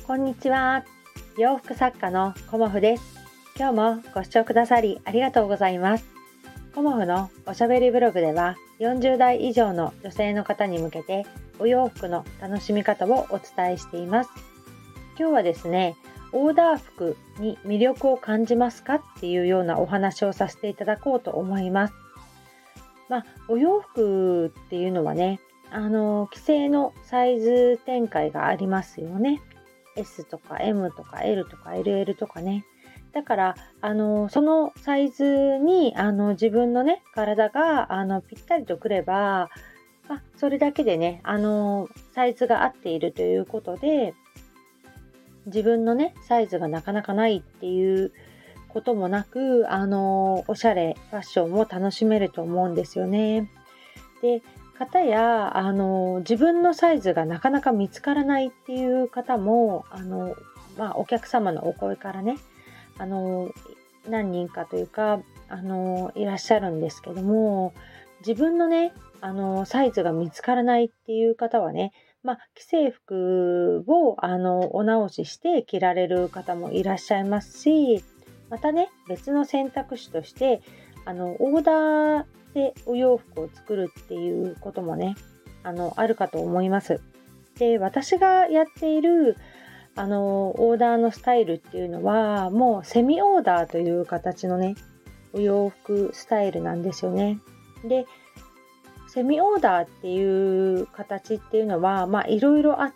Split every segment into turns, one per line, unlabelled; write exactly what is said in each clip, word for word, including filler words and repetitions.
こんにちは。洋服作家のコモフです。今日もご視聴くださりありがとうございます。コモフのおしゃべりブログではよんじゅう代以上の女性の方に向けてお洋服の楽しみ方をお伝えしています。今日はですね、オーダー服に魅力を感じますかっていうようなお話をさせていただこうと思います。まあ、お洋服っていうのはね、あの既製のサイズ展開がありますよね。エス とか エム とか エル とか エルエル とかね。だからあのそのサイズにあの自分のね体があのぴったりとくれば、まあ、それだけでねあのサイズが合っているということで、自分のねサイズがなかなかないっていうこともなく、あのおしゃれファッションも楽しめると思うんですよね。で、方やあの自分のサイズがなかなか見つからないっていう方もあの、まあ、お客様のお声からねあの何人かというかあのいらっしゃるんですけども、自分のねあのサイズが見つからないっていう方はね、まあ、既製服をあのお直しして着られる方もいらっしゃいますし、またね別の選択肢としてあのオーダーでお洋服を作るっていうこともね あのあるかと思います。で、私がやっているあのオーダーのスタイルっていうのはもうセミオーダーという形のねお洋服スタイルなんですよね。で、セミオーダーっていう形っていうのはまあいろいろあって、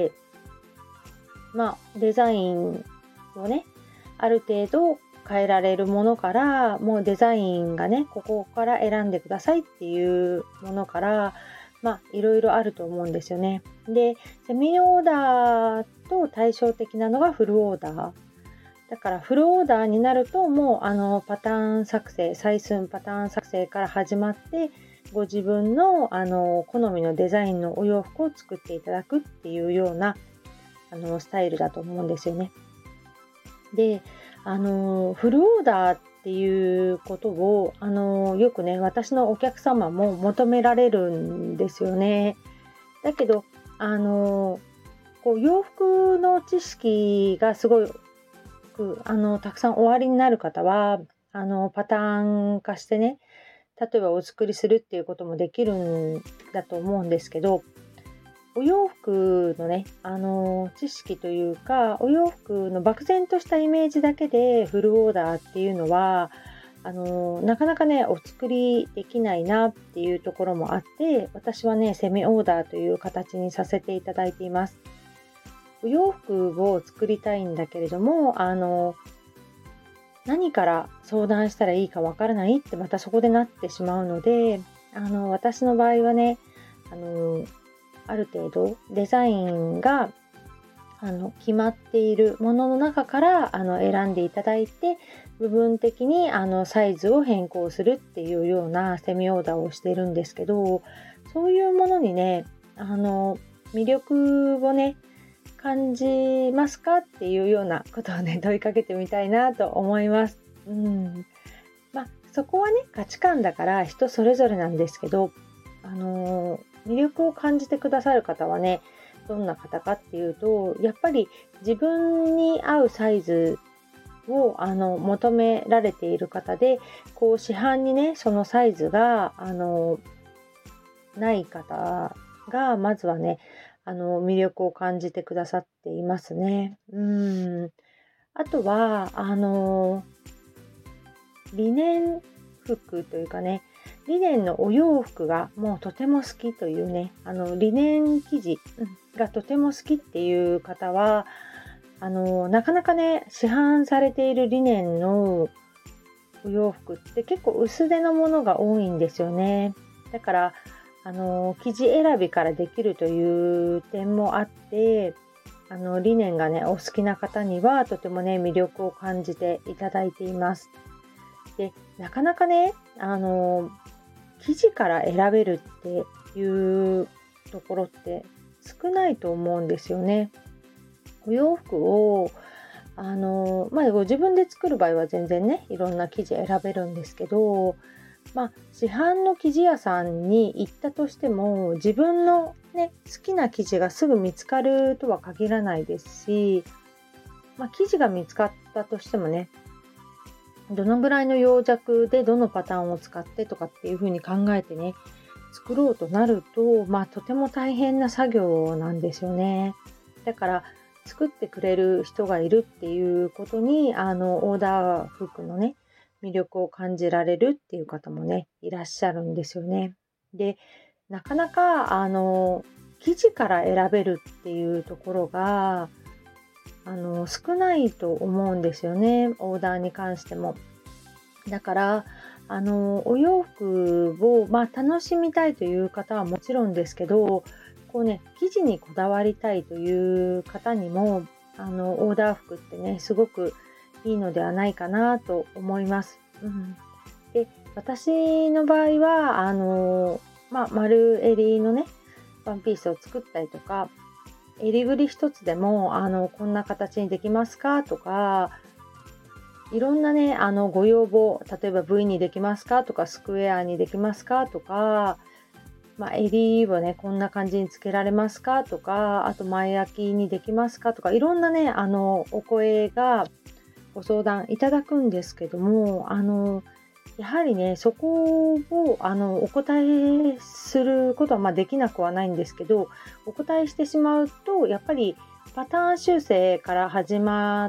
まあデザインをねある程度変えられるものから、もうデザインがねここから選んでくださいっていうものから、まあいろいろあると思うんですよね。で、セミオーダーと対照的なのがフルオーダーだから、フルオーダーになるともうあのパターン作成、採寸パターン作成から始まって、ご自分のあの好みのデザインのお洋服を作っていただくっていうようなあのスタイルだと思うんですよね。で、あのフルオーダーっていうことをあのよくね私のお客様も求められるんですよね。だけどあのこう洋服の知識がすごいあのたくさんおありになる方はあのパターン化してね、例えばお作りするっていうこともできるんだと思うんですけど、お洋服のね、あの知識というか、お洋服の漠然としたイメージだけでフルオーダーっていうのは、あのなかなかね、お作りできないなっていうところもあって、私はね、セミオーダーという形にさせていただいています。お洋服を作りたいんだけれども、あの何から相談したらいいかわからないってまたそこでなってしまうので、あの私の場合はね、あのある程度デザインがあの決まっているものの中からあの選んでいただいて、部分的にあのサイズを変更するっていうようなセミオーダーをしているんですけど、そういうものにねあの魅力をね感じますかっていうようなことをね問いかけてみたいなと思います。うん、まあそこはね価値観だから人それぞれなんですけど、あのー魅力を感じてくださる方はね、どんな方かっていうと、やっぱり自分に合うサイズをあの求められている方で、こう市販にねそのサイズがあのない方がまずはねあの魅力を感じてくださっていますね。うん。あとはあのリネン服というかね、リネンのお洋服がもうとても好きというね、あのリネン生地がとても好きっていう方は、あのなかなかね市販されているリネンのお洋服って結構薄手のものが多いんですよね。だからあの生地選びからできるという点もあって、あのリネンがねお好きな方にはとてもね魅力を感じていただいています。で、なかなかねあの生地から選べるっていうところって少ないと思うんですよね。お洋服をあの、まあ、ご自分で作る場合は全然ねいろんな生地選べるんですけど、まあ、市販の生地屋さんに行ったとしても自分の、 ね、好きな生地がすぐ見つかるとは限らないですし、まあ、生地が見つかったとしてもね、どのぐらいの羊弱でどのパターンを使ってとかっていう風に考えてね、作ろうとなると、まあとても大変な作業なんですよね。だから作ってくれる人がいるっていうことに、あの、オーダー服のね、魅力を感じられるっていう方もね、いらっしゃるんですよね。で、なかなか、あの、生地から選べるっていうところが、あの、少ないと思うんですよね、オーダーに関しても。だから、あの、お洋服を、まあ、楽しみたいという方はもちろんですけど、こうね、生地にこだわりたいという方にも、あの、オーダー服ってね、すごくいいのではないかなと思います。うん、で、私の場合は、あの、まあ、丸襟のね、ワンピースを作ったりとか、襟ぐり一つでも、あの、こんな形にできますかとか、いろんなね、あの、ご要望、例えば ブイ にできますかとか、スクエアにできますかとか、まあ、襟をね、こんな感じにつけられますかとか、あと前焼きにできますかとか、いろんなね、あの、お声がご相談いただくんですけども、あの、やはりね、そこを、あの、お答えすることは、まあ、できなくはないんですけど、お答えしてしまうと、やっぱりパターン修正から始まって、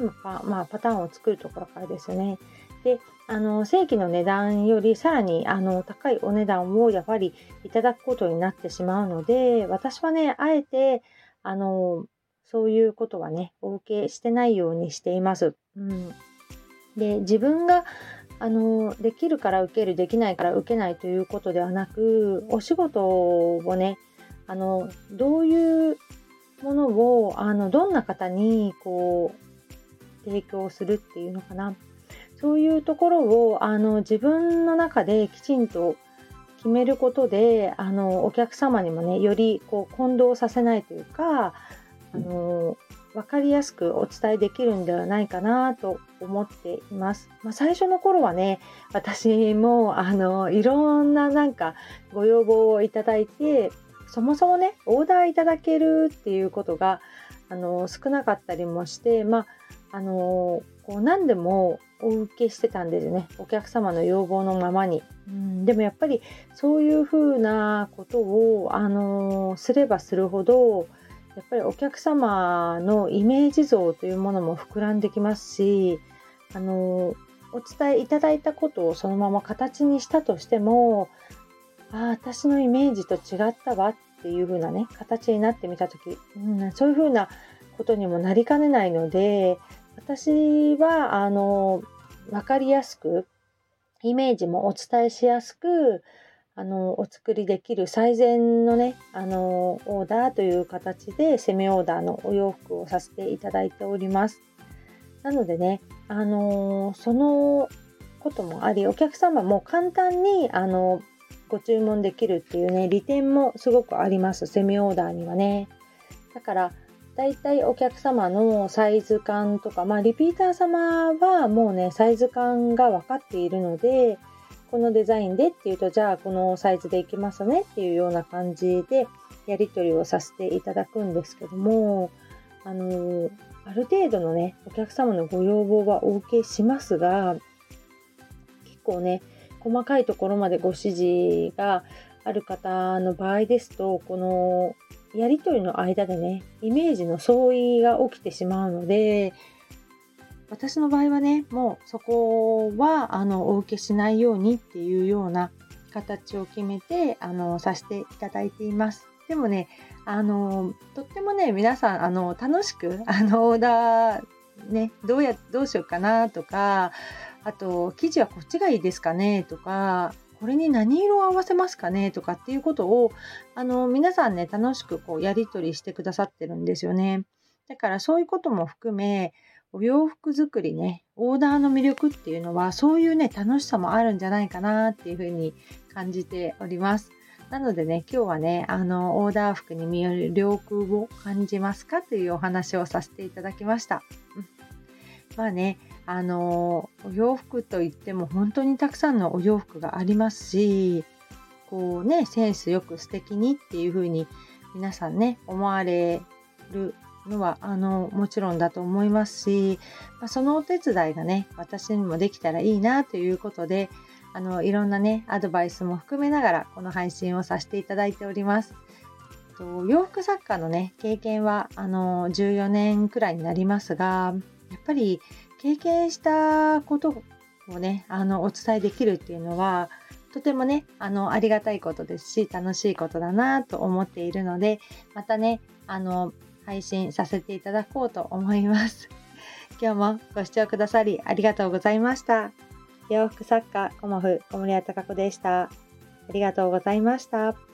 まあ、まあ、パターンを作るところからですよね。で、あの、正規の値段よりさらに、あの、高いお値段をやっぱりいただくことになってしまうので、私はね、あえて、あの、そういうことはね、お受けしてないようにしています。うん。で、自分があの、できるから受ける、できないから受けないということではなく、お仕事をね、あの、どういうものを、あの、どんな方に、こう、提供するっていうのかな。そういうところを、あの、自分の中できちんと決めることで、あの、お客様にもね、より、こう、混同させないというか、あの、分かりやすくお伝えできるんではないかなと思っています。まあ、最初の頃はね、私もあのいろんななんかご要望をいただいて、そもそもね、オーダーいただけるっていうことがあの少なかったりもして、まあ、あのこう何でもお受けしてたんですよね。お客様の要望のままに。うん、でもやっぱりそういうふうなことをあのすればするほど、やっぱりお客様のイメージ像というものも膨らんできますし、あの、お伝えいただいたことをそのまま形にしたとしても、ああ、私のイメージと違ったわっていう風なね、形になってみたとき、うん、そういう風なことにもなりかねないので、私は、あの、わかりやすく、イメージもお伝えしやすく、あの、お作りできる最善のね、あの、オーダーという形でセミオーダーのお洋服をさせていただいております。なのでね、あの、そのこともあり、お客様も簡単に、あの、ご注文できるっていうね、利点もすごくあります。セミオーダーにはね。だから、だいたいお客様のサイズ感とか、まあ、リピーター様はもうね、サイズ感が分かっているので、このデザインでっていうと、じゃあこのサイズでいきますねっていうような感じでやり取りをさせていただくんですけども、あの、ある程度のね、お客様のご要望はお受けしますが、結構ね、細かいところまでご指示がある方の場合ですと、このやり取りの間でね、イメージの相違が起きてしまうので、私の場合はね、もうそこはあのお受けしないようにっていうような形を決めてあのさせていただいています。でもね、あのとってもね、皆さんあの楽しくあのオーダーね、どうやどうしようかなとか、あと生地はこっちがいいですかねとか、これに何色を合わせますかねとかっていうことをあの皆さんね、楽しくこうやり取りしてくださってるんですよね。だからそういうことも含め、お洋服作りね、オーダーの魅力っていうのは、そういうね、楽しさもあるんじゃないかなっていうふうに感じております。なのでね、今日はね、あの、オーダー服に魅力を感じますかというお話をさせていただきました。うん、まあね、あの、お洋服といっても本当にたくさんのお洋服がありますし、こうね、センスよく素敵にっていう風に皆さんね思われるのはあのもちろんだと思いますし、まあ、そのお手伝いがね私にもできたらいいなということで、あのいろんなねアドバイスも含めながらこの配信をさせていただいております。と洋服作家のね経験はあのじゅうよねんくらいになりますが、やっぱり経験したことをねあのお伝えできるっていうのはとてもねあのありがたいことですし、楽しいことだなと思っているので、またねあの配信させていただこうと思います。今日もご視聴くださりありがとうございました。洋服作家コモフ小森屋隆子でした。ありがとうございました。